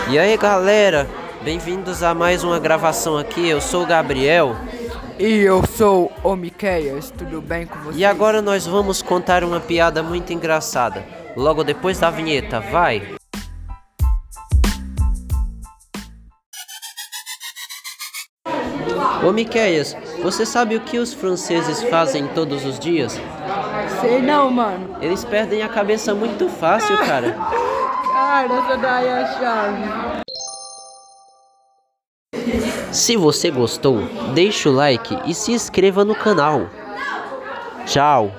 E aí galera, bem-vindos a mais uma gravação aqui, eu sou o Gabriel. E eu sou o Miqueias, tudo bem com vocês? E agora nós vamos contar uma piada muito engraçada, logo depois da vinheta, vai! Ô Miqueias, você sabe o que os franceses fazem todos os dias? Sei não, mano. Eles perdem a cabeça muito fácil, cara. Cara, essa daí é a chave. Se você gostou, deixa o like e se inscreva no canal. Tchau!